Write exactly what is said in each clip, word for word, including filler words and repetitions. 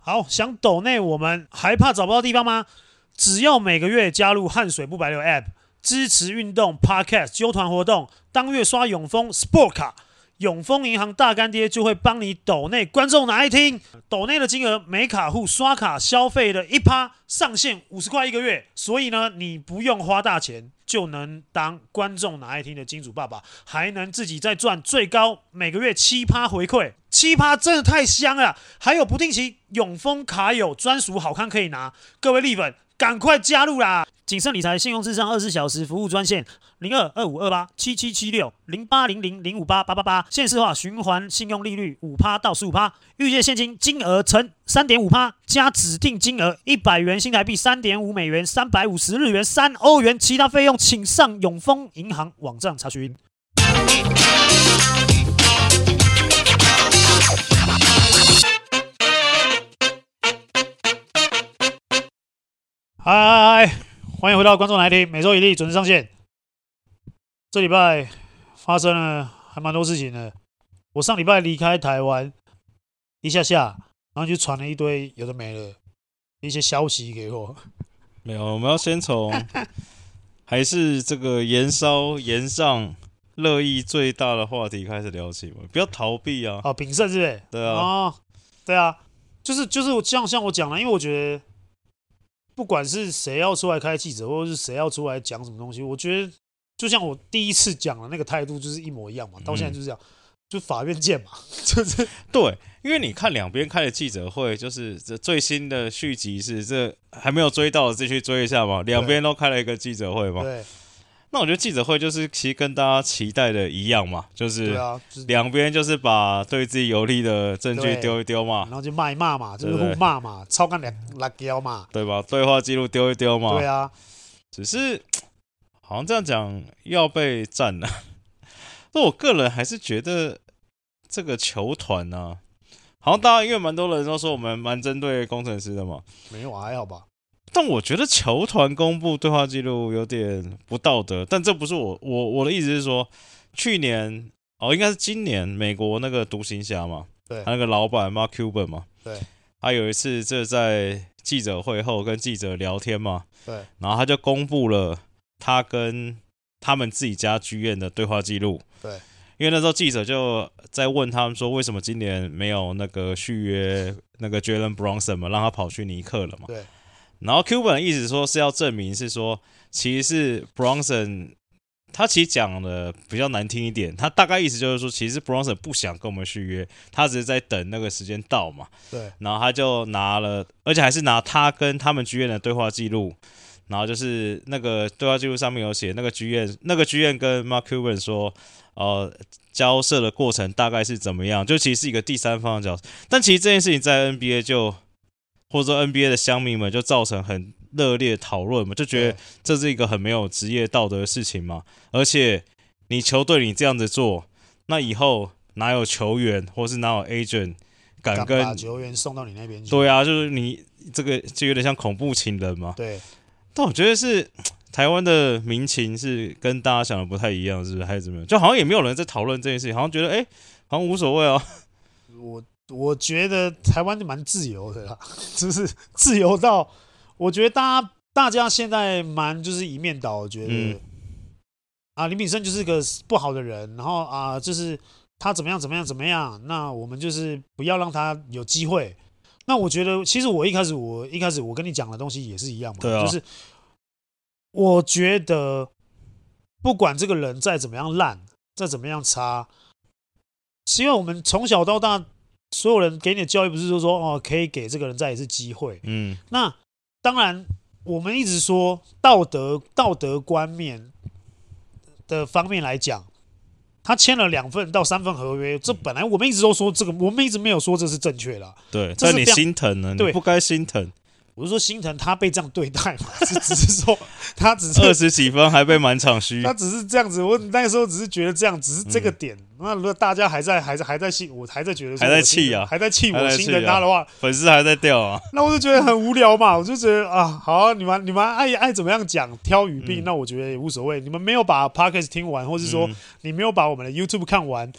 好，想抖内我们还怕找不到地方吗？只要每个月加入汗水不白流 App， 支持运动 Podcast 揪团活动，当月刷永丰 Sport 卡，永丰银行大干爹就会帮你抖内观众拿来听。抖内的金额每卡户刷卡消费的 百分之一， 上限五十块一个月，所以呢，你不用花大钱就能当观众拿来听的金主爸爸，还能自己再赚最高每个月 百分之七 回馈。七趴真的太香了，还有不定期永丰卡友专属好康可以拿，各位力粉赶快加入啦！谨慎理财，信用至上，二十四小时服务专线零二二五二八七七七六零八零零零五八八八八，限时化循环信用利率五趴到十五趴，预借现金金额乘三点五趴，加指定金额一百元新台币三点五美元三百五十日元三欧元，其他费用请上永丰银行网站查询。嗨，欢迎回到观众来听，每周一例准时上线。这礼拜发生了还蛮多事情的。我上礼拜离开台湾一下下，然后就传了一堆有的没的一些消息给我。 没有，我们要先从还是这个延烧延上热议最大的话题开始聊起嘛，不要逃避啊。 哦，炳胜是不是？ 对啊。 哦，对啊，就是就是我像像我讲了，因为我觉得。不管是谁要出来开记者，或者是谁要出来讲什么东西，我觉得就像我第一次讲的那个态度就是一模一样嘛，到现在就是这样，嗯、就法院见嘛，就是对，因为你看两边开的记者会，就是这最新的续集是这还没有追到的，继续追一下嘛，两边都开了一个记者会嘛， 对。 那我觉得记者会就是其实跟大家期待的一样嘛，就是两边就是把对自己有利的证据丢一丢嘛， 然后就骂一骂嘛，就是互骂嘛，超干两辣椒嘛， 对吧？对话记录丢一丢嘛， 对啊。 只是好像这样讲要被占了，那我个人还是觉得这个球团呢、啊，好像大家因为蛮多人都说我们蛮针对工程师的嘛， 没有还好吧。 但我觉得球团公布对话记录有点不道德，但这不是我我我的意思是说，去年哦应该是今年美国那个独行侠嘛， 对， 他那个老板 Mark Cuban 嘛， 对， 他有一次这在记者会后跟记者聊天嘛， 对， 然后他就公布了他跟他们自己家剧院的对话记录， 对， 因为那时候记者就在问他们说，为什么今年没有那个续约那个 Jalen Brunson 嘛，让他跑去尼克了嘛， 对。 然后 Cuban 的意思说是要证明是说，其实是 Brunson， 他其实讲的比较难听一点，他大概意思就是说，其实 Brunson 不想跟我们续约，他只是在等那个时间到嘛。 对。 然后他就拿了，而且还是拿他跟他们剧院的对话记录，然后就是那个对话记录上面有写那个剧院，那个剧院跟 Mark Cuban 说，呃，交涉的过程大概是怎么样，就其实是一个第三方的角色，但其实这件事情在 N B A 就。或者说 N B A 的乡民们就造成很热烈讨论嘛，就觉得这是一个很没有职业道德的事情嘛。而且你球队你这样子做，那以后哪有球员或是哪有 agent 敢跟敢把球员送到你那边去？ 对啊，就是你这个就有点像恐怖情人嘛。 对。 但我觉得是台湾的民情是跟大家想的不太一样，是不是？还是怎么样？就好像也没有人在讨论这件事情，好像觉得哎、欸，好像无所谓啊。 我。我觉得台湾蛮自由的啦，就是自由到我觉得大家大家现在蛮就是一面倒，我觉得、嗯、啊林炳胜就是个不好的人，然后啊就是他怎么样怎么样怎么样，那我们就是不要让他有机会。那我觉得其实我一开始我一开始我跟你讲的东西也是一样嘛， 对啊、 就是我觉得不管这个人再怎么样烂，再怎么样差，是因为我们从小到大。所有人给你的教育不是说说哦，可以给这个人再一次机会。嗯，那当然，我们一直说道德道德观念的方面来讲，他签了两份到三份合约，这本来我们一直都说这个，我们一直没有说这是正确的、啊。 对，但你心疼呢？你不该心疼。 我是说心疼他被这样对待嘛，是只是说他只是二十几分还被满场虚， 他只是这样子。我那个时候只是觉得这样，只是这个点。嗯、那如果大家还在还在还在气，我还在觉得还在气啊， 还在气我心疼他的话， 粉丝还在掉啊， 那我就觉得很无聊嘛。我就觉得啊，好啊，你们你们爱爱怎么样讲挑语病、嗯，那我觉得也无所谓。你们没有把 Podcast 听完，或是说你没有把我们的 YouTube 看完。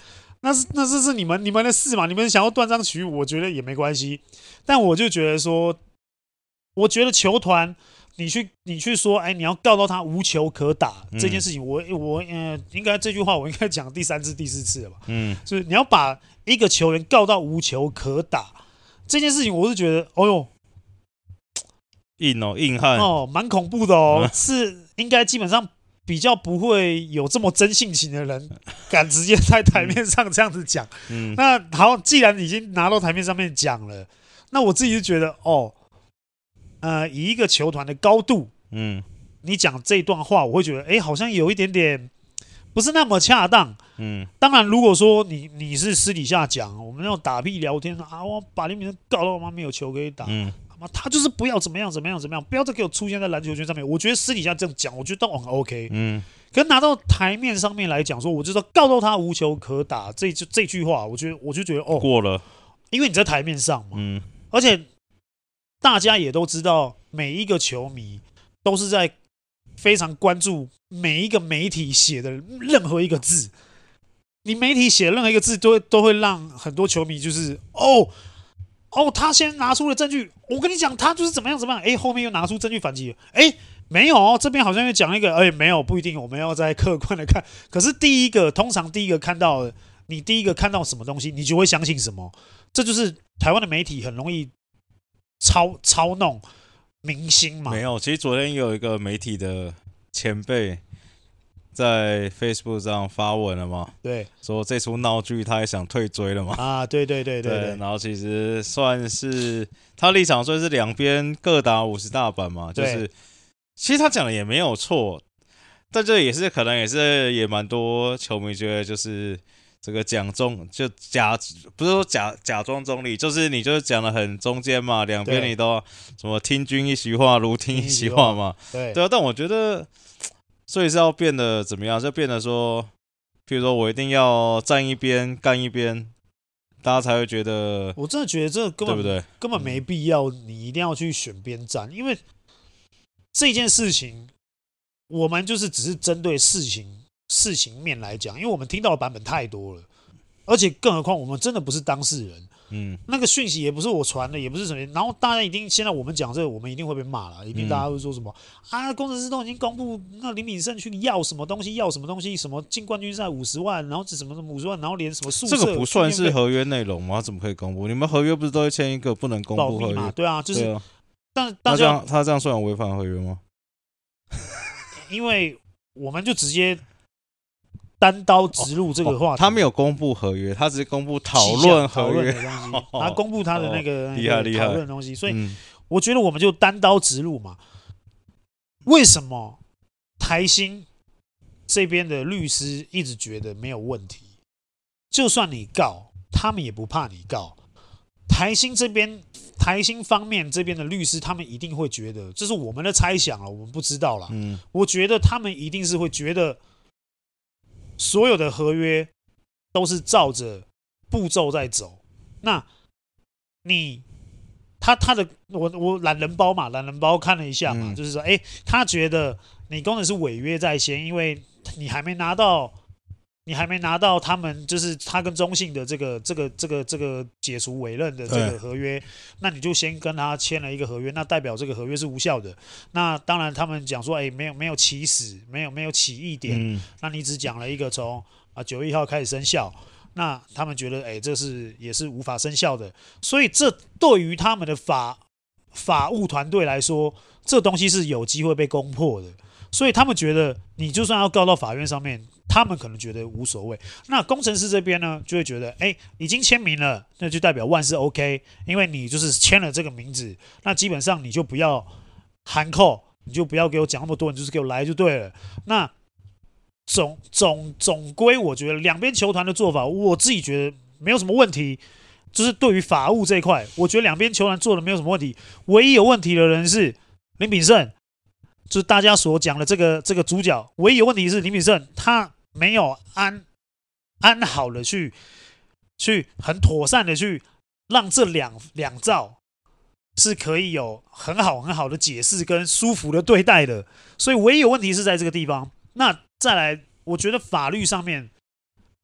那是那是是你们你们的事嘛，你们想要断章取义，我觉得也没关系。但我就觉得说，我觉得球团你去你去说，哎，你要告到他无球可打、嗯、这件事情，我我呃，应该这句话我应该讲第三次第四次了吧？嗯，就是你要把一个球员告到无球可打这件事情，我是觉得，哦呦。 硬哦，硬汉哦，蛮恐怖的哦，嗯、是应该基本上比较不会有这么真性情的人敢直接在台面上这样子讲。嗯，那好，既然已经拿到台面上面讲了，那我自己就觉得，哦，呃，以一个球团的高度，嗯，你讲这段话，我会觉得，哎，好像有一点点不是那么恰当。嗯，当然，如果说你你是私底下讲，我们那种打屁聊天啊，我把林明生告到我妈没有球可以打。嗯。他就是不要怎么样怎么样怎么样，不要再给我出现在篮球圈上面。我觉得私底下这样讲，我觉得都很 OK。嗯，可是拿到台面上面来讲，说我就说告到他无球可打，这这句话，我觉得我就觉得哦过了， 因为你在台面上嘛。嗯，而且大家也都知道，每一个球迷都是在非常关注每一个媒体写的任何一个字。你媒体写的任何一个字，都会都会让很多球迷就是哦。哦，他先拿出了证据，我跟你讲，他就是怎么样怎么样，哎，后面又拿出证据反击，哎，没有哦，这边好像又讲一个，哎，没有，不一定，我们要再客观的看。可是第一个，通常第一个看到的，你第一个看到什么东西，你就会相信什么，这就是台湾的媒体很容易操操弄明星嘛。 没有，其实昨天有一个媒体的前辈。在 Facebook 上发文了嘛？ 对， 说这出闹剧他也想退追了嘛？ 啊，对对对 对, 对, 对然后其实算是他立场算是两边各打五十大板嘛，就是其实他讲的也没有错，但这也是可能也是也蛮多球迷觉得就是这个讲中就假不是说假假装中立，就是你就是讲的很中间嘛，两边你都什么听君一席话如听一席话嘛， 对对啊，但我觉得。所以是要变得怎么样？就变得说，譬如说我一定要站一边干一边，大家才会觉得。 我真的觉得这根本对不对？ 根本没必要，你一定要去选边站，因为这件事情，我们就是只是针对事情事情面来讲，因为我们听到的版本太多了，而且更何况我们真的不是当事人。嗯，那个讯息也不是我传的，也不是什么，然后大家一定现在我们讲这个，我们一定会被骂了，一定大家会说什么、嗯、啊，工程师都已经公布那林炳胜去要什么东西，要什么东西，什么进冠军赛五十万，然后什么什么五十万，然后连什么宿舍， 这个不算是合约内容吗？怎么可以公布？你们合约不是都会签一个不能公布合约？ 保密嘛，对啊，就是，啊、但大家他这样算违反合约吗？ 因为我们就直接。单刀直入这个话题、哦哦， 他没有公布合约，他只是公布讨论合约的东西，哦、他公布他的那个厉害厉害讨论的东西，所以我觉得我们就单刀直入嘛。为什么台新这边的律师一直觉得没有问题？就算你告，他们也不怕你告。台新这边，台新方面这边的律师，他们一定会觉得，这是我们的猜想了，我们不知道啦。嗯，我觉得他们一定是会觉得。所有的合约都是照着步骤在走，那你他他的我我懒人包嘛，懒人包看了一下嘛，嗯、就是说，哎，他觉得你工程师违约在先，因为你还没拿到，你还没拿到他们就是他跟中信的这个这个这个这个解除委任的这个合约，那你就先跟他签了一个合约，那代表这个合约是无效的。那当然他们讲说，哎，没有没有起始，没有没有起异点，嗯、那你只讲了一个从啊九月一号开始生效，那他们觉得，哎，这是也是无法生效的。所以这对于他们的法法务团队来说，这东西是有机会被攻破的。所以他们觉得，你就算要告到法院上面，他们可能觉得无所谓。那工程师这边呢，就会觉得，哎，已经签名了，那就代表万事 OK， 因为你就是签了这个名字，那基本上你就不要含扣，你就不要给我讲那么多，你就是给我来就对了。那总总总归，我觉得两边球团的做法，我自己觉得没有什么问题。就是对于法务这一块，我觉得两边球团做的没有什么问题。唯一有问题的人是林炳胜。就是大家所讲的这个这个主角，唯一有问题是林炳胜，他没有安安好的去去很妥善的去让这两两造是可以有很好很好的解释跟舒服的对待的，所以唯一有问题是在这个地方。那再来，我觉得法律上面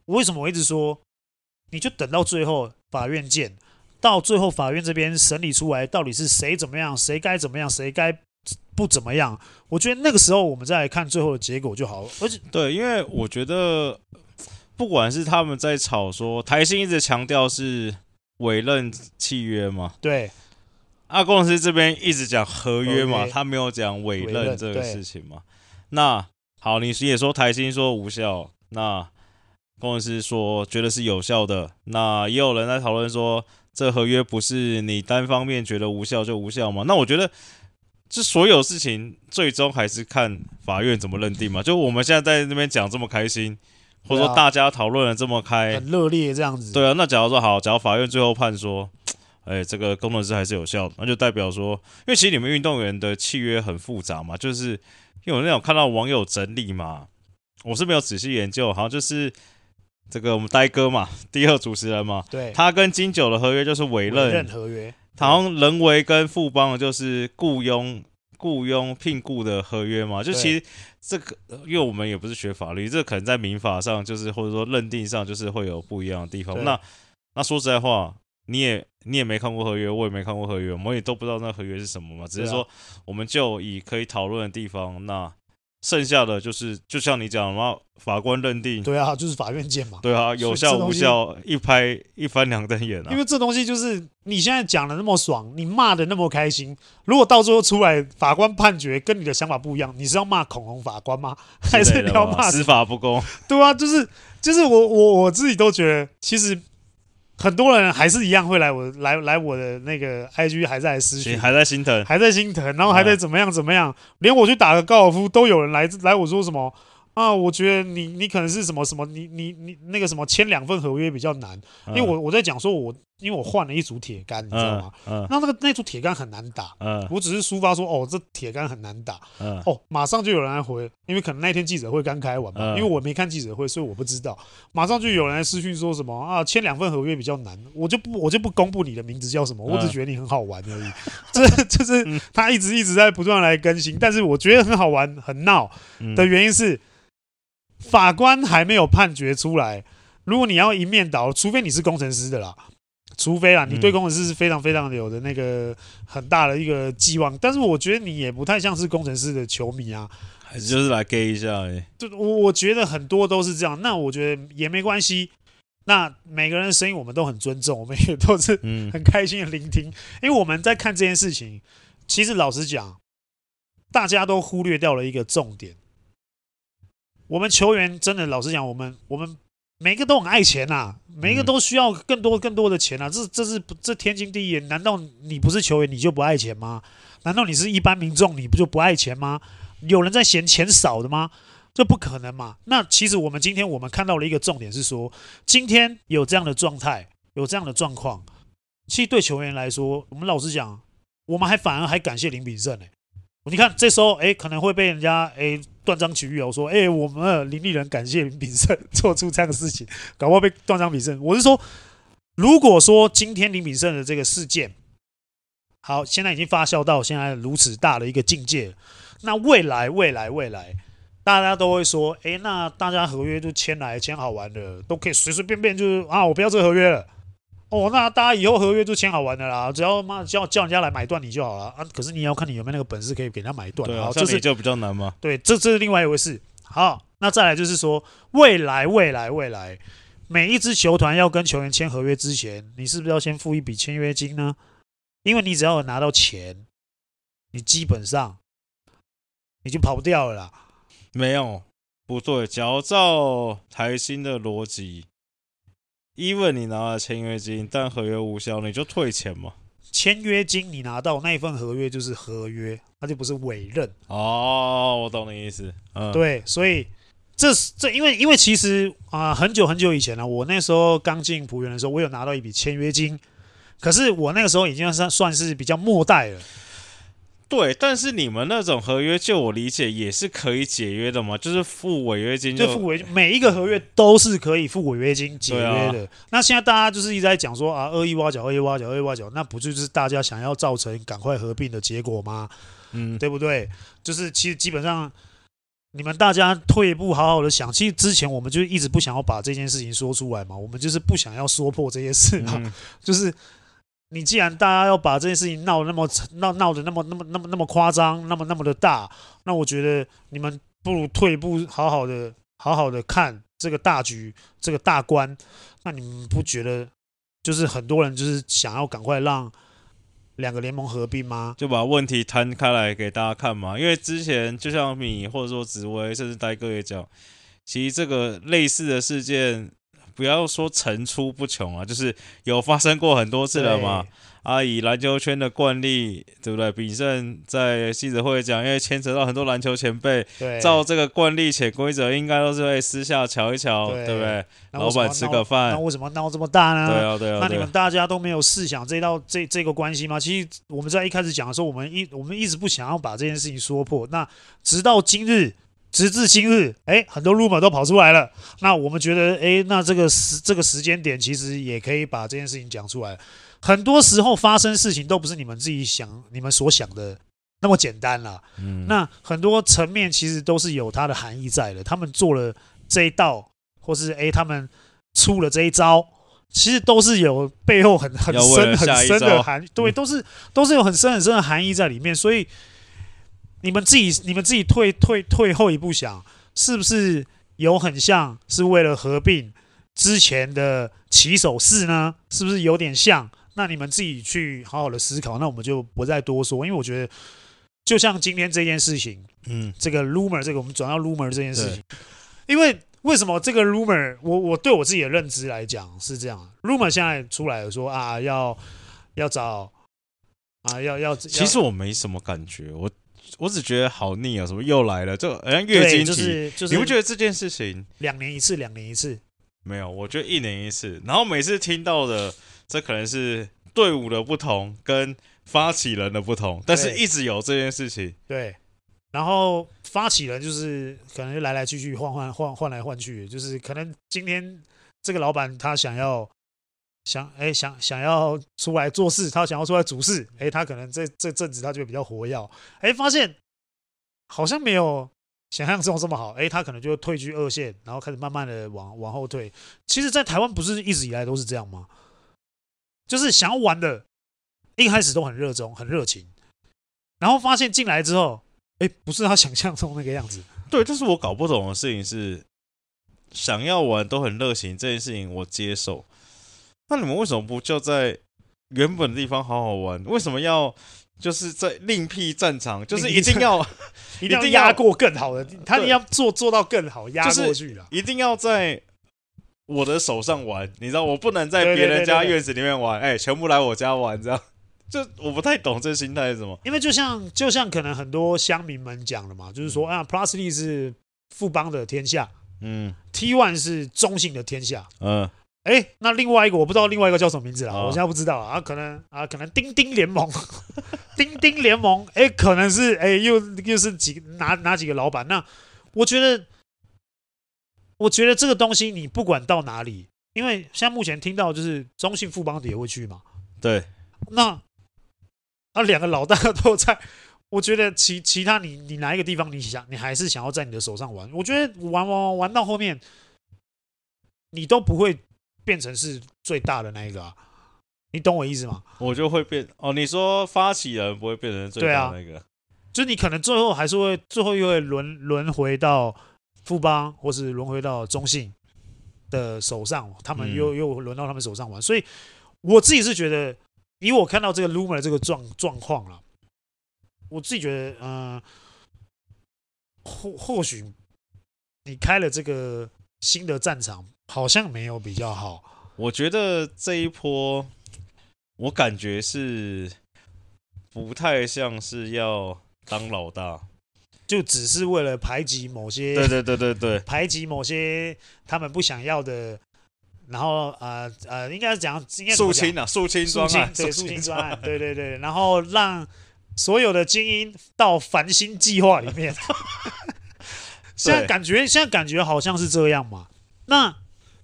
为什么我一直说，你就等到最后法院见，到最后法院这边审理出来，到底是谁怎么样，谁该怎么样，谁该不怎么样？我觉得那个时候我们再来看最后的结果就好了。而且， 对，因为我觉得不管是他们在吵说台新一直强调是委任契约嘛， 对， 啊，工程师这边一直讲合约嘛， 合约他没有讲委委任任这个事情嘛。那好，你也说台新说无效，那工程师说觉得是有效的，那也有人在讨论说，这合约不是你单方面觉得无效就无效嘛？那我觉得，这所有事情最终还是看法院怎么认定嘛。就我们现在在那边讲这么开心，或者说大家讨论的这么开， 很热烈这样子。 对啊，那假如说好，假如法院最后判说，哎，这个工程师还是有效的，那就代表说，因为其实你们运动员的契约很复杂嘛，就是因为我那种看到网友整理嘛，我是没有仔细研究，好像就是这个我们呆哥嘛，第二主持人嘛， 对， 他跟金九的合约就是委任， 委任合约， 他好像人为跟富邦的就是雇佣、雇佣、聘雇的合约嘛，就其实这个，因为我们也不是学法律，这可能在民法上就是或者说认定上就是会有不一样的地方。那那说实在话，你也你也没看过合约，我也没看过合约，我们也都不知道那合约是什么嘛，只是说我们就以可以讨论的地方，那剩下的就是就像你讲的嘛，法官认定， 对啊，就是法院见嘛， 对啊，有效无效一拍一翻两瞪眼啊。 因为这东西就是你现在讲的那么爽，你骂的那么开心，如果到最后出来法官判决跟你的想法不一样，你是要骂恐龙法官吗？还是你要骂司法不公？ 对啊，就是就是我我我自己都觉得，其实很多人还是一样会来我来来我的那个 I G 还在私讯， 还在心疼， 还在心疼，然后还在怎么样怎么样，连我去打个高尔夫都有人来来我说什么啊？我觉得你你可能是什么什么，你你你那个什么签两份合约比较难，因为我我在讲说我因为我换了一组铁杆，你知道吗？ 嗯嗯、 那那个那组铁杆很难打，嗯、我只是抒发说哦这铁杆很难打，嗯、哦马上就有人来回，因为可能那天记者会刚开完嘛，嗯、因为我没看记者会，所以我不知道，马上就有人来私讯说什么啊签两份合约比较难，我就不我就不公布你的名字叫什么，我只觉得你很好玩而已，这就是他一直一直在不断来更新，但是我觉得很好玩很闹的原因是。法官还没有判决出来，如果你要一面倒，除非你是工程师的啦，除非啦，你对工程师是非常非常有的那个很大的一个寄望，但是我觉得你也不太像是工程师的球迷啊， 还是就是来 gay 一下而已。 对，我我觉得很多都是这样，那我觉得也没关系。那每个人的声音我们都很尊重，我们也都是很开心的聆听，因为我们在看这件事情，其实老实讲，大家都忽略掉了一个重点。我们球员真的，老实讲，我们我们每个都很爱钱呐、啊，每一个都需要更多更多的钱啊，这这是这天经地义。难道你不是球员你就不爱钱吗？难道你是一般民众你不就不爱钱吗？有人在嫌钱少的吗？这不可能嘛。那其实我们今天我们看到了一个重点是说，今天有这样的状态，有这样的状况，其实对球员来说，我们老实讲，我们还反而还感谢林秉胜哎、欸。你看这时候哎，可能会被人家哎断章取义哦，说哎我们林立人感谢林秉胜做出这样的事情，搞不好被断章取义。我是说，如果说今天林秉胜的这个事件，好，现在已经发酵到现在如此大的一个境界，那未来未来未来，大家都会说，哎，那大家合约就签来签好玩的，都可以随随便便就是啊，我不要这个合约了。哦，那大家以后合约就签好玩的啦，只要妈叫叫人家来买断你就好了啊。可是你也要看你有没有那个本事可以给人家买断。 对啊， 这是就比较难嘛。 对，这这是另外一回事。好，那再来就是说，未来未来未来，每一支球团要跟球员签合约之前，你是不是要先付一笔签约金呢？因为你只要有拿到钱，你基本上你就跑不掉了啦。 没有，不对，假如照台新的逻辑。even 你拿了签约金，但合约无效，你就退钱嘛？ 签约金你拿到那一份合约就是合约，它就不是委任。 哦，我懂你意思。嗯， 对，所以这这因为因为其实啊、呃，很久很久以前了，我那时候刚进璞园的时候，我有拿到一笔签约金，可是我那个时候已经算算是比较末代了。 对，但是你们那种合约，就我理解也是可以解约的嘛，就是付违约金就， 就付违约，每一个合约都是可以付违约金解约的。 啊、 那现在大家就是一直在讲说啊，恶意挖角，恶意挖角，恶意挖角，那不就是大家想要造成赶快合并的结果吗？嗯，对不对？就是其实基本上你们大家退一步，好好的想。其实之前我们就一直不想要把这件事情说出来嘛，我们就是不想要说破这件事嘛。嗯、就是你既然大家要把这件事情闹得那么闹闹得那么那么那么那么夸张，那么那么的大，那我觉得你们不如退一步，好好的好好的看这个大局，这个大观。那你们不觉得，就是很多人就是想要赶快让两个联盟合并吗？ 就把问题摊开来给大家看嘛。因为之前就像米或者说紫薇，甚至呆哥也讲，其实这个类似的事件，不要说层出不穷啊，就是有发生过很多次了嘛。啊，以篮球圈的惯例，对不对？炳胜在记者会讲，因为牵扯到很多篮球前辈，照这个惯例潜规则，应该都是会私下瞧一瞧， 对, 对不对？老板吃个饭， 那为什么闹这么大呢？ 对啊，对啊。 那你们大家都没有试想这道这这个关系吗？其实我们在一开始讲的时候，我们一我们一直不想要把这件事情说破。那直到今日，直至今日，哎，很多 rumor 都跑出来了。那我们觉得，哎，那这个时这个时间点，其实也可以把这件事情讲出来。很多时候发生事情都不是你们自己想、你们所想的那么简单啦。嗯，那很多层面其实都是有它的含义在的。他们做了这一道，或是哎他们出了这一招，其实都是有背后很很深很深的含义，对，都是都是有很深很深的含义在里面。所以你们自己你们自己退退退后一步想，是不是有很像是为了合并之前的起手式呢？是不是有点像？那你们自己去好好的思考，那我们就不再多说，因为我觉得就像今天这件事情，嗯，这个 rumor 这个我们转到 rumor 这件事情，因为为什么这个 rumor 我我对我自己的认知来讲是这样 ，rumor 现在出来说啊要要找啊要要， 其实我没什么感觉，我我只觉得好腻啊，什么又来了，就好像月经期， 就是就是， 你不觉得这件事情两年一次，两年一次？ 没有，我觉得一年一次，然后每次听到的。这可能是队伍的不同跟发起人的不同，但是一直有这件事情。 对，然后发起人就是可能就来来去去换换换换来换去，就是可能今天这个老板他想要想哎想想要出来做事，他想要出来主事，哎他可能这这阵子他就会比较活跃，哎发现好像没有想象中这么好，哎他可能就退居二线，然后开始慢慢的往往后退。其实，在台湾不是一直以来都是这样吗？就是想要玩的，一开始都很热衷、很热情，然后发现进来之后，哎，不是他想象中那个样子。 对，但是我搞不懂的事情是，想要玩都很热情这件事情我接受，那你们为什么不就在原本的地方好好玩？为什么要就是在另辟战场？就是一定要一定要压过更好的，他要做做到更好，压过去了， 就是、一定要在。我的手上玩，你知道，我不能在别人家院子里面玩，哎、欸，全部来我家玩，这样，就我不太懂这心态是什么。 因为就像就像可能很多乡民们讲的嘛，就是说啊 ，Plus Lee 是富邦的天下，嗯 ，T 一 是中信的天下，嗯，哎，那另外一个我不知道另外一个叫什么名字啦，哦、我现在不知道啊，可能啊，可能丁丁联盟，丁丁联盟，哎，可能是哎又又是几哪哪几个老板？那我觉得。我觉得这个东西你不管到哪里，因为像目前听到就是中信富邦的也会去嘛， 对， 那那两个老大都在，我觉得其其他你你哪一个地方你想你还是想要在你的手上玩，我觉得玩玩玩玩到后面，你都不会变成是最大的那一个啊，你懂我意思吗？ 我就会变哦，你说发起人不会变成最大的那个， 啊、就是你可能最后还是会最后又会轮轮回到。富邦或是轮回到中信的手上，他们又、嗯、又轮到他们手上玩，所以我自己是觉得，以我看到这个 rumor 这个状状况了，我自己觉得，嗯、呃，或或许你开了这个新的战场，好像没有比较好。 我觉得这一波，我感觉是不太像是要当老大。 就只是为了排挤某些， 对对对对对， 排挤某些他们不想要的，然后呃呃，应该是讲应该肃清啊，肃清专案， 对肃清专案，对对对，然后让所有的精英到繁星计划里面。现在感觉现在感觉好像是这样嘛？那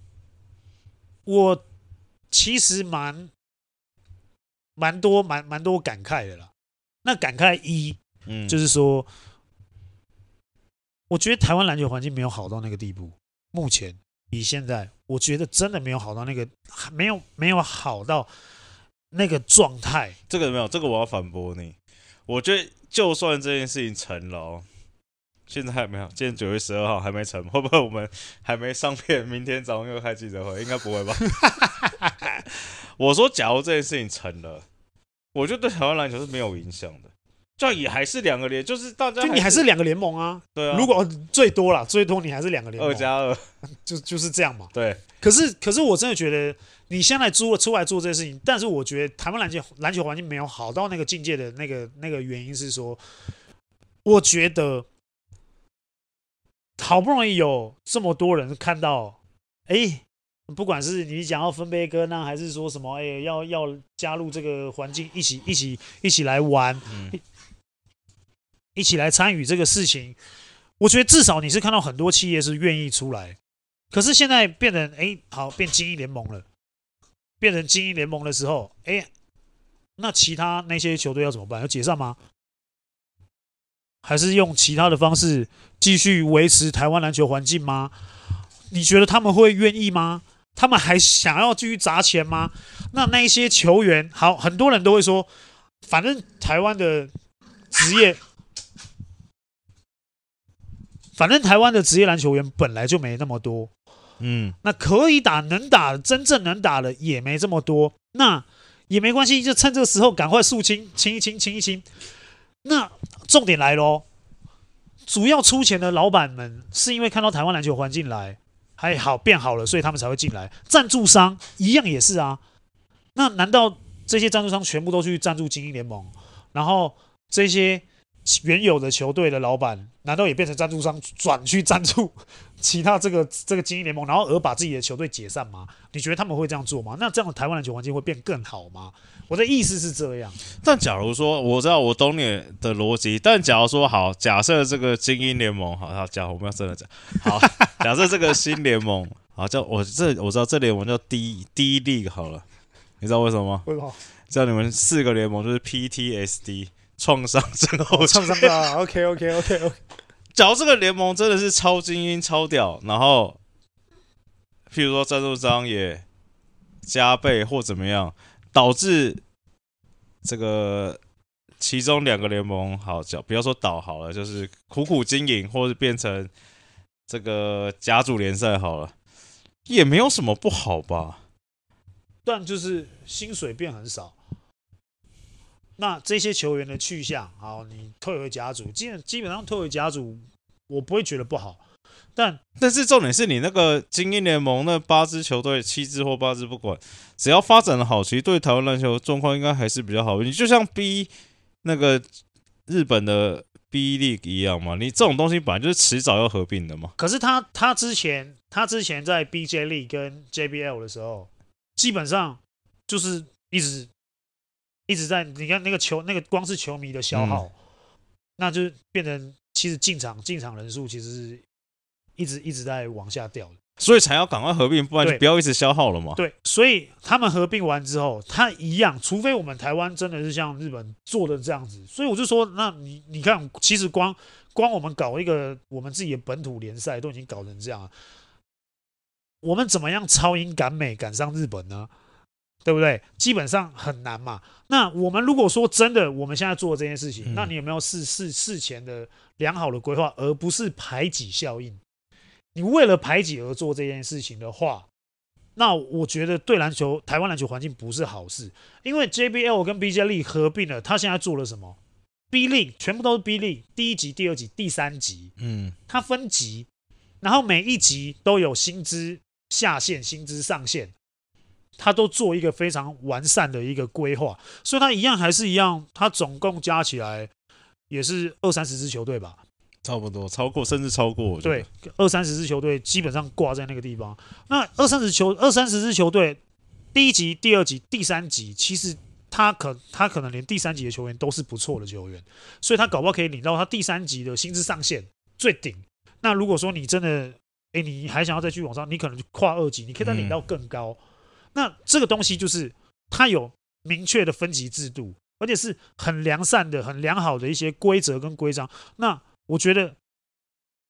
我其实蛮蛮多蛮蛮多感慨的啦。那感慨一，嗯，就是说。 我觉得台湾篮球环境没有好到那个地步，目前以现在，我觉得真的没有好到那个，没有没有好到那个状态。 这个没有，这个我要反驳你。我觉得就算这件事情成了、哦，现在还没有，今天九月十二号还没成，会不会我们还没上片，明天早上又开记者会？应该不会吧？我说，假如这件事情成了，我觉得对台湾篮球是没有影响的，就也还是两个联，就是大家就你还是两个联盟啊。 对啊， 如果最多啦，最多你还是两个联盟， 二加二， 就就是这样嘛。 对。 可是可是我真的觉得，你现在出了出来做这件事情，但是我觉得台湾篮球篮球环境没有好到那个境界的那个那个原因是说，我觉得好不容易有这么多人看到，哎。不管是你讲要分杯羹呢，还是说什么，哎，要要加入这个环境，一起一起一起来玩，嗯、一起来参与这个事情，我觉得至少你是看到很多企业是愿意出来。可是现在变成，哎，好变精英联盟了，变成精英联盟的时候，哎，那其他那些球队要怎么办？要解散吗？还是用其他的方式继续维持台湾篮球环境吗？你觉得他们会愿意吗？他们还想要继续砸钱吗？那那一些球员，好，很多人都会说，反正台湾的职业，反正台湾的职业篮球员本来就没那么多，嗯，那可以打、能打、真正能打的也没这么多，那也没关系，就趁这个时候赶快肃清、清一清、清一清。那重点来咯，主要出钱的老板们是因为看到台湾篮球环境来。还好变好了，所以他们才会进来。赞助商一样也是啊。那难道这些赞助商全部都去赞助精英联盟，然后这些原有的球队的老板，难道也变成赞助商转去赞助其他这个这个精英联盟，然后而把自己的球队解散吗？你觉得他们会这样做吗？那这样的台湾篮球环境会变更好吗？我的意思是这样。 但假如说，我知道我懂你的逻辑，但假如说好，假设这个精英联盟，好，好，假如我们要真的讲，好，假设这个新联盟，好，叫我这我知道这联盟叫 D D League 好了，你知道为什么吗？ 为什么？ 叫你们四个联盟就是 P T S D 创伤症候群， 创伤啊 ，OK OK OK OK。 假如这个联盟真的是超精英、超屌，然后譬如说赞助商也加倍或怎么样。导致这个其中两个联盟好叫不要说倒好了，就是苦苦经营，或是变成这个甲组联赛好了，也没有什么不好吧？ 但就是薪水变很少，那这些球员的去向，好，你退回甲组，基本基本上退回甲组，我不会觉得不好。但但是重点是你那个精英联盟那八支球队，七支或八支不管，只要发展的好，其实对台湾篮球状况应该还是比较好。你就像 B 那个日本的 B League 一样嘛，你这种东西本来就是迟早要合并的嘛。 可是他他之前他之前在 B J League 跟 J B L 的时候，基本上就是一直一直在你看那个球那个光是球迷的消耗，嗯、那就变成其实进场进场人数其实是。一直一直在往下掉的， 所以才要赶快合并，不然就不要一直消耗了嘛。 对，所以他们合并完之后，他一样，除非我们台湾真的是像日本做的这样子，所以我就说，那你你看，其实光光我们搞一个我们自己的本土联赛都已经搞成这样了，我们怎么样超英赶美赶上日本呢？对不对？基本上很难嘛。那我们如果说真的，我们现在做这件事情，嗯、那你有没有事事事前的良好的规划，而不是排挤效应？你为了排挤而做这件事情的话，那我觉得对篮球台湾篮球环境不是好事。因为 J B L 跟 B J League 合并了，他现在做了什么 ？B League 全部都是 B League， 第一级、第二级、第三级，嗯，它分级，然后每一级都有薪资下限、薪资上限，他都做一个非常完善的一个规划，所以他一样还是一样，他总共加起来也是二三十支球队吧。 差不多，超过甚至超过。 对，二三十支球队基本上挂在那个地方。那二三十球、二三十支球队，第一级、第二级、第三级，其实他可他可能连第三级的球员都是不错的球员，所以他搞不好可以领到他第三级的薪资上限最顶。那如果说你真的，哎，你还想要再去往上，你可能就跨二级，你可以再领到更高。嗯、那这个东西就是它有明确的分级制度，而且是很良善的、很良好的一些规则跟规章。那我觉得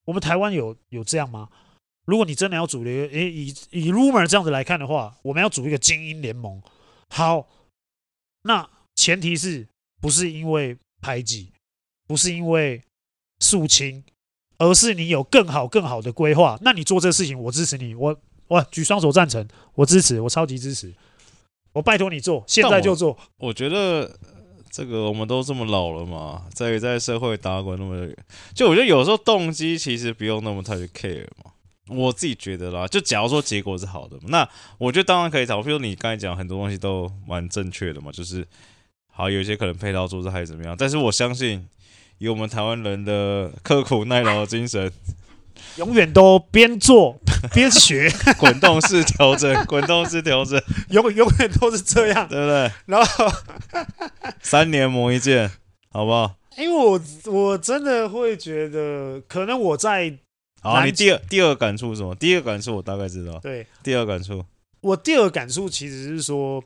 我们台湾有有这样吗？如果你真的要组一个，诶，以以 rumor 这样子来看的话，我们要组一个精英联盟。好，那前提是不是因为排挤，不是因为肃清，而是你有更好更好的规划。那你做这个事情，我支持你，我我举双手赞成，我支持，我超级支持，我拜托你做，现在就做。 我, 我觉得这个我们都这么老了嘛，在在社会打滚那么久，就我觉得有时候动机其实不用那么太去 care 嘛。我自己觉得啦，就假如说结果是好的，那我觉得当然可以找。比如你刚才讲很多东西都蛮正确的嘛，就是好有一些可能配套措施还是怎么样，但是我相信以我们台湾人的刻苦耐劳的精神， 永远都边做边学， 滚动式调整，滚动式调整， 永永远都是这样， 对不对？ 然后三年磨一剑，好不好？ 因为我我真的会觉得，可能我在。 好，你第二第二感触是什么？第二感触我大概知道。 对， 第二感触， 我第二感触其实是说，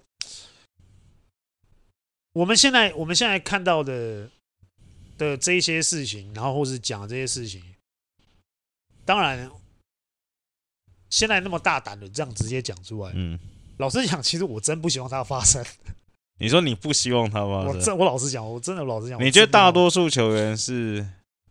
我们现在我们现在看到的的这一些事情，然后或是讲这些事情，当然，现在那么大胆的这样直接讲出来，嗯，老实讲，其实我真不希望它发生。 你说你不希望它发生？ 我真我老实讲，我真的老实讲， 你觉得大多数球员是？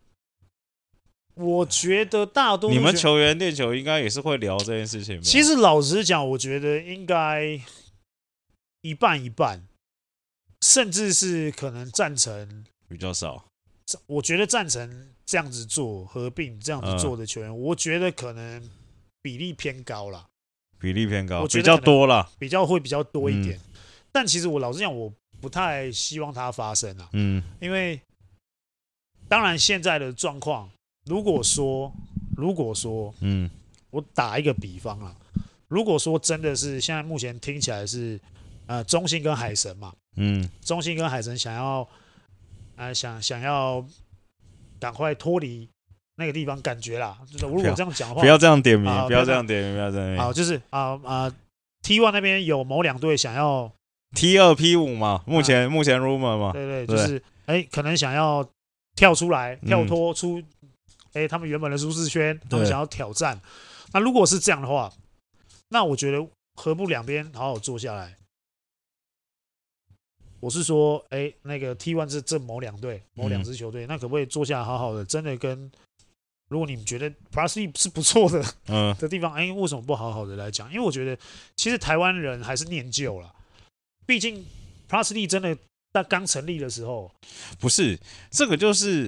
我觉得大多数你们球员练球应该也是会聊这件事情吧？ 其实老实讲，我觉得应该一半一半，甚至是可能赞成比较少。 我觉得赞成这样子做合并这样子做的球员，嗯、我觉得可能比例偏高啦， 比例偏高，比较多啦， 比较会比较多一点。嗯、但其实我老实讲，我不太希望它发生啊，嗯，因为当然现在的状况。如果说，如果说，嗯，我打一个比方啊，如果说真的是现在目前听起来是，呃，中信跟海神嘛，嗯，中信跟海神想要，呃，想想要赶快脱离那个地方，感觉啦，就是如果这样讲的话， 不要这样点名，啊、不要这样点名，不要这样点名， 好，就是啊啊 ，T 一 那边有某两队想要 T 二 P 五嘛，目前、啊、目前 rumor 嘛， 对 对, 对，就是哎，可能想要跳出来，跳脱出。嗯哎，他们原本的舒适圈，他们想要挑战。那如果是这样的话，那我觉得何不两边好好坐下来？我是说，哎，那个 T 一 是这某两队、某两支球队，嗯、那可不可以坐下来好好的，真的跟？如果你们觉得 Plus 是不错的，嗯、的地方，哎，为什么不好好的来讲？因为我觉得其实台湾人还是念旧了，毕竟 Plus 真的在刚成立的时候， 不是这个就是。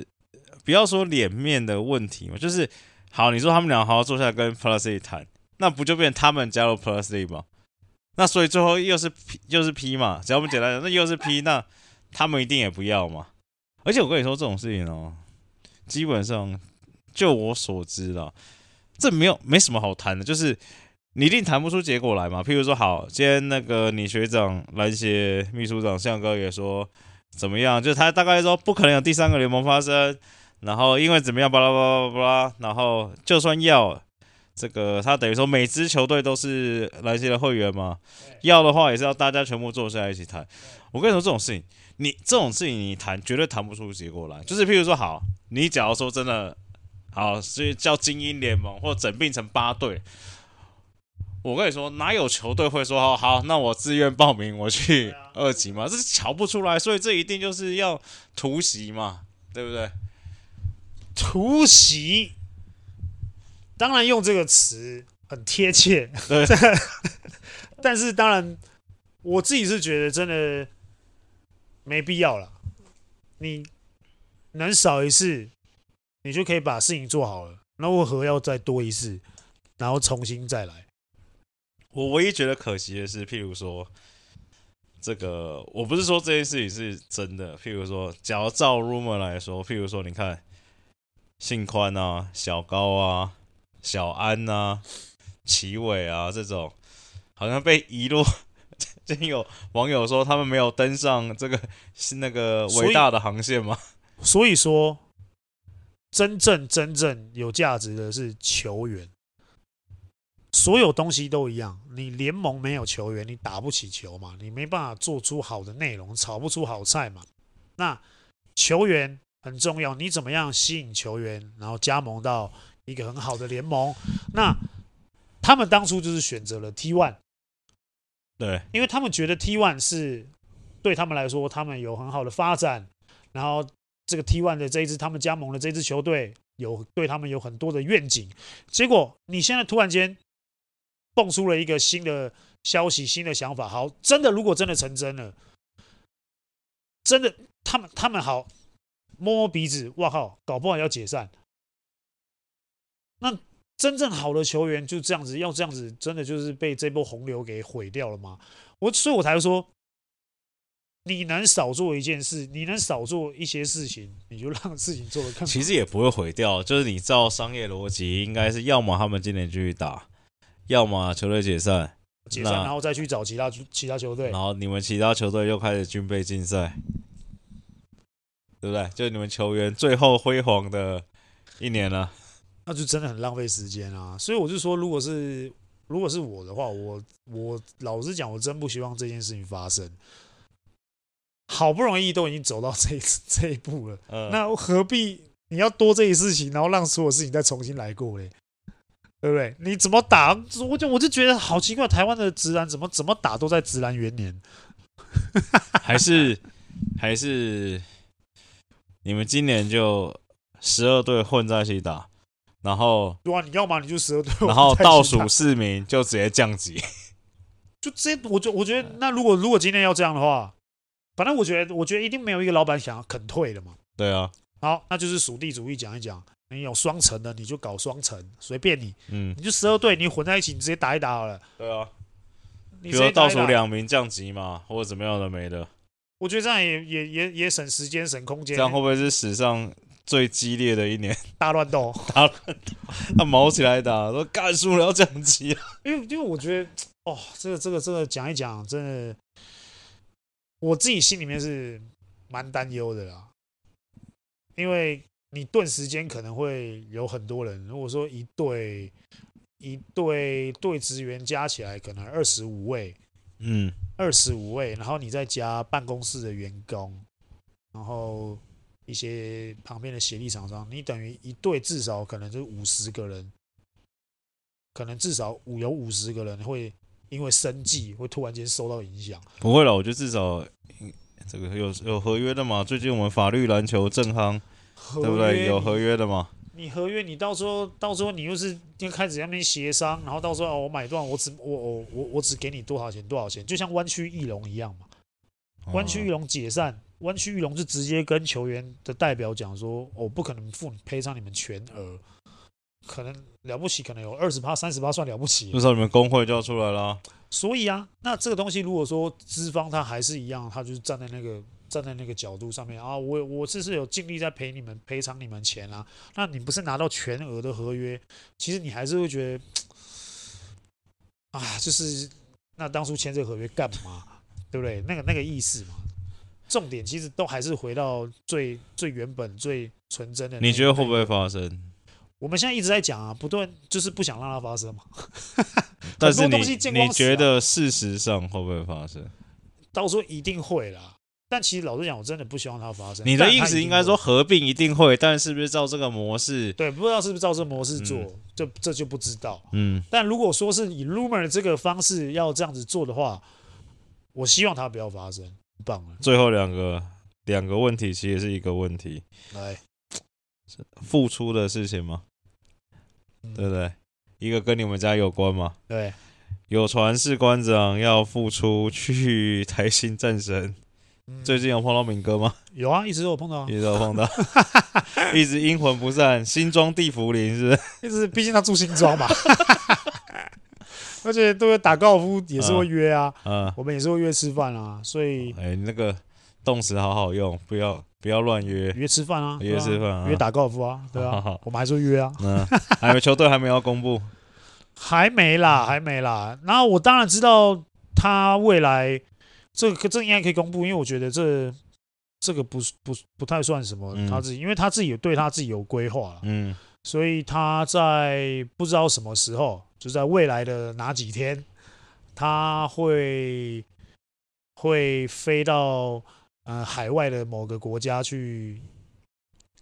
不要说脸面的问题嘛，就是好，你说他们俩好好坐下来跟 Plus E 谈，那不就变成他们加入 Plus E 吗？那所以最后又是 P 又是 P 嘛，只要我们简单讲，那又是 P， 那他们一定也不要嘛。而且我跟你说这种事情哦，基本上就我所知啦，这没有没什么好谈的，就是你一定谈不出结果来嘛。譬如说，好，今天那个你学长篮协秘书长向哥也说怎么样，就是他大概说不可能有第三个联盟发生。然后因为怎么样，巴拉巴拉巴拉，然后就算要这个，他等于说每支球队都是篮协的会员嘛，要的话也是要大家全部坐下来一起谈。我跟你说这种事情，你这种事情你谈绝对谈不出结果来。就是譬如说，好，你假如说真的好，所以叫精英联盟或整并成八队，我跟你说，哪有球队会说好好，那我自愿报名我去二级嘛？这是瞧不出来，所以这一定就是要突袭嘛，对不对？ 突袭，当然用这个词很贴切， 对。 但是当然，我自己是觉得真的没必要了。你能少一次，你就可以把事情做好了。那为何要再多一次，然后重新再来？ 我唯一觉得可惜的是，譬如说，这个我不是说这件事情是真的。譬如说，假如照 rumor 来说，譬如说，你看。信宽啊、小高啊、小安啊、齐伟啊，这种好像被遗落。最近有网友说他们没有登上这个是那个伟大的航线吗？ 所以说，真正真正有价值的是球员。所有东西都一样，你联盟没有球员，你打不起球嘛，你没办法做出好的内容，炒不出好菜嘛。那球员很重要。你怎么样吸引球员，然后加盟到一个很好的联盟？那他们当初就是选择了 T 一， 对， 因为他们觉得 T 一 是对他们来说，他们有很好的发展，然后这个 T 一 的这一支他们加盟的这支球队有对他们有很多的愿景。结果你现在突然间蹦出了一个新的消息、新的想法，好，真的如果真的成真了，真的他们他们好摸摸鼻子，哇靠，搞不好要解散。那真正好的球员就这样子，要这样子，真的就是被这波洪流给毁掉了吗？我所以，我才说，你能少做一件事，你能少做一些事情，你就让事情做得更好。 其实也不会毁掉，就是你照商业逻辑，应该是要么他们今年继续打，要么球队解散， 解散，然后再去找其他其他球队， 然后你们其他球队又开始军备竞赛，对不对？就你们球员最后辉煌的一年了， 那就真的很浪费时间啊！所以我就说，如果是如果是我的话，我我老实讲，我真不希望这件事情发生。好不容易都已经走到这一这一步了，嗯、那何必你要多这一事情，然后让所有事情再重新来过嘞？对不对？你怎么打？我就我就觉得好奇怪，台湾的职篮怎么怎么打都在职篮元年， 还是还是你们今年就十二队混在一起打，然后对啊，你要嘛你就十二队， 然后倒数四名就直接降级， 就直接我觉我觉得那如果如果今天要这样的话。反正我觉得，我觉得一定没有一个老板想要肯退的嘛。 对啊， 好，那就是属地主义讲一讲。你有双层的，你就搞双层，随便你。 嗯， 你就十二队，你混在一起，你直接打一打好了。 对啊， 比如说倒数两名降级嘛，或者怎么样的没的。 我觉得这样也也也也省时间、省空间。 这样会不会是史上最激烈的一年？ 大乱斗， 大乱斗，他毛起来打，说干输了要降级啊。 因为因为我觉得，哦，这个这个这个讲一讲，真的。我自己心里面是蛮担忧的啦，因为你顿时间可能会有很多人，如果说一队一队队职员加起来可能二十五位， 嗯， 二十五位，然后你再加办公室的员工，然后一些旁边的协力厂商，你等于一队至少可能就五十个人，可能至少五有五十个人会。因为生计会突然间受到影响， 不会了，我觉得至少这个有有合约的嘛。最近我们法律篮球正夯，对不对？有合约的嘛。 你合约，你到时候到时候你又是要开始在那边协商，然后到时候、哦、我买断，我只我我我我只给你多少钱多少钱，就像湾区翼龙一样嘛。湾区翼龙解散，湾区翼龙是直接跟球员的代表讲说，我、哦、不可能付你赔偿你们全额。可能了不起，可能有二十趴、三十趴算了不起。 至少你们工会就要出来啦。 所以啊，那这个东西如果说资方他还是一样，他就是站在那个站在那个角度上面啊，我我这是有尽力在赔你们赔偿你们钱啊，那你不是拿到全额的合约，其实你还是会觉得啊，就是那当初签这个合约干嘛，对不对？那个那个意思嘛。重点其实都还是回到最最原本、最纯真的。 你觉得会不会发生？ 我们现在一直在讲啊，不断就是不想让它发生嘛。 但是你很多东西见光死啊， 你觉得事实上会不会发生？ 到时候一定会啦。但其实老实讲，我真的不希望它发生。 你的意思应该说合并一定会，但是不是照这个模式？ 对，不知道是不是照这个模式做，嗯、这这就不知道。 嗯。 但如果说是以 rumor 这个方式要这样子做的话，我希望它不要发生。很棒了。 最后两个两个问题其实是一个问题。 来。 付出的事情吗？嗯、对不对？一个跟你们家有关吗？ 对， 有传士官长要付出去台新战神、嗯，最近有碰到敏哥吗？ 有啊，一直都有碰到、啊， 一直都有碰到，一直阴魂不散，新庄地茯苓是不是？ 一直，毕竟他住新庄嘛，而且都会打高尔夫，也是会约啊，嗯，我们也是会约吃饭啊，所以， 哎、欸，那个动词好好用，不要。不要乱约， 约吃饭啊， 约吃饭、啊， 约打高尔夫啊，对啊，好好我们还是会约啊。 嗯，还有球队还没有公布， 还没啦，还没啦。然后我当然知道他未来这个这应该可以公布，因为我觉得这这个不不不太算什么，嗯、他自己，因为他自己有对他自己有规划了，嗯，所以他在不知道什么时候，就在未来的哪几天，他会会飞到。呃，海外的某个国家去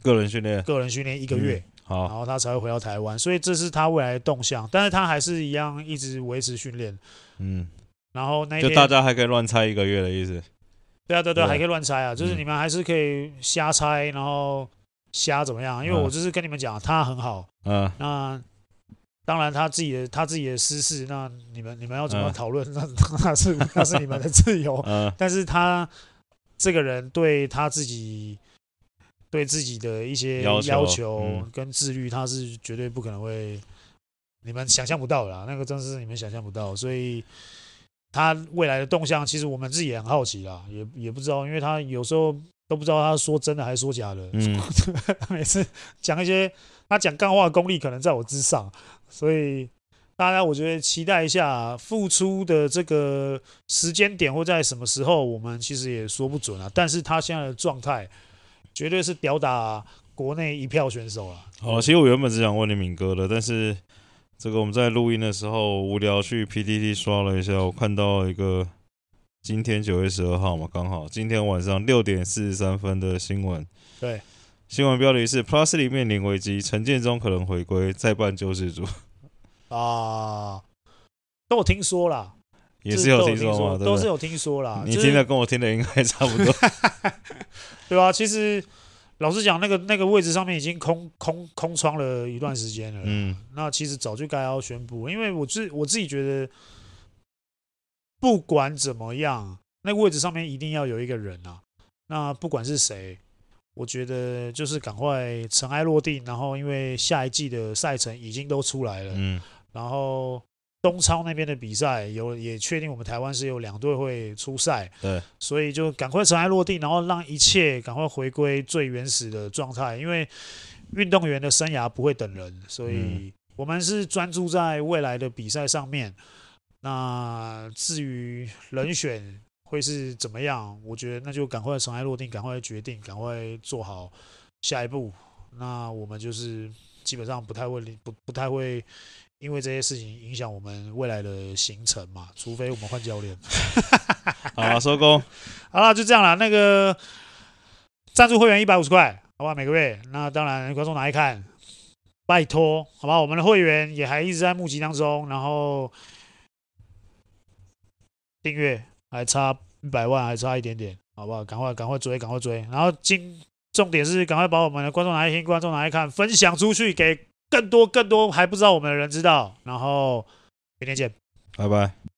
个人训练， 个人训练一个月。 嗯好， 然后他才会回到台湾，所以这是他未来的动向。但是他还是一样一直维持训练。 嗯， 然后那一天就大家还可以乱猜一个月的意思。 对啊，对对， 对还可以乱猜啊，就是嗯你们还是可以瞎猜，然后瞎怎么样？因为嗯我就是跟你们讲，他很好。 嗯， 那当然他自己的他自己的私事，那你们你们要怎么嗯讨论？那那是那是你们的自由。 嗯但是他这个人对他自己对自己的一些要求要求嗯跟自律，他是绝对不可能会你们想象不到的啦，那个真是你们想象不到，所以他未来的动向，其实我们自己也很好奇啦，也也不知道，因为他有时候都不知道他说真的还是说假的， 嗯， 每次讲一些他讲干话的功力可能在我之上，所以大家我觉得期待一下复出的这个时间点会在什么时候，我们其实也说不准啊。但是他现在的状态绝对是吊打国内一票选手啊。 好，其实我原本只想问你敏哥的，但是这个我们在录音的时候无聊去 P T T 刷了一下，我看到一个今天九月十二号嘛，刚好今天晚上六点四十三分的新闻。 对， 新闻标题是 Plus 里面临危机，陈建中可能回归，再办救世主。 啊，都有听说啦， 也是有听说说嘛，对不对？ 都是有听说啦。 你就是听的跟我听的应该差不多。 对啊，其实老实讲，那个那个位置上面已经空空空窗了一段时间了。 嗯， 那其实早就该要宣布，因为我自我自己觉得，不管怎么样，那个位置上面一定要有一个人啊。那不管是谁，我觉得就是赶快尘埃落定，然后因为下一季的赛程已经都出来了， 嗯然后东超那边的比赛有也确定我们台湾是有两队会出赛， 对， 所以就赶快尘埃落定，然后让一切赶快回归最原始的状态。因为运动员的生涯不会等人，所以我们是专注在未来的比赛上面。那至于人选会是怎么样，我觉得那就赶快尘埃落定，赶快决定，赶快做好下一步。那我们就是基本上不太会不不太会因为这些事情影响我们未来的行程嘛，除非我们换教练。 好啦，收工。 好了，就这样啦。那个赞助会员一百五十块，好不好？每个月。那当然，观众拿来看，拜托，好吧？我们的会员也还一直在募集当中，然后订阅还差一百万，还差一点点，好不好？赶快赶快追，赶快追。然后今重点是赶快把我们的观众拿来听，观众拿来看，分享出去给更多更多还不知道我们的人知道。然后明天见， 拜拜。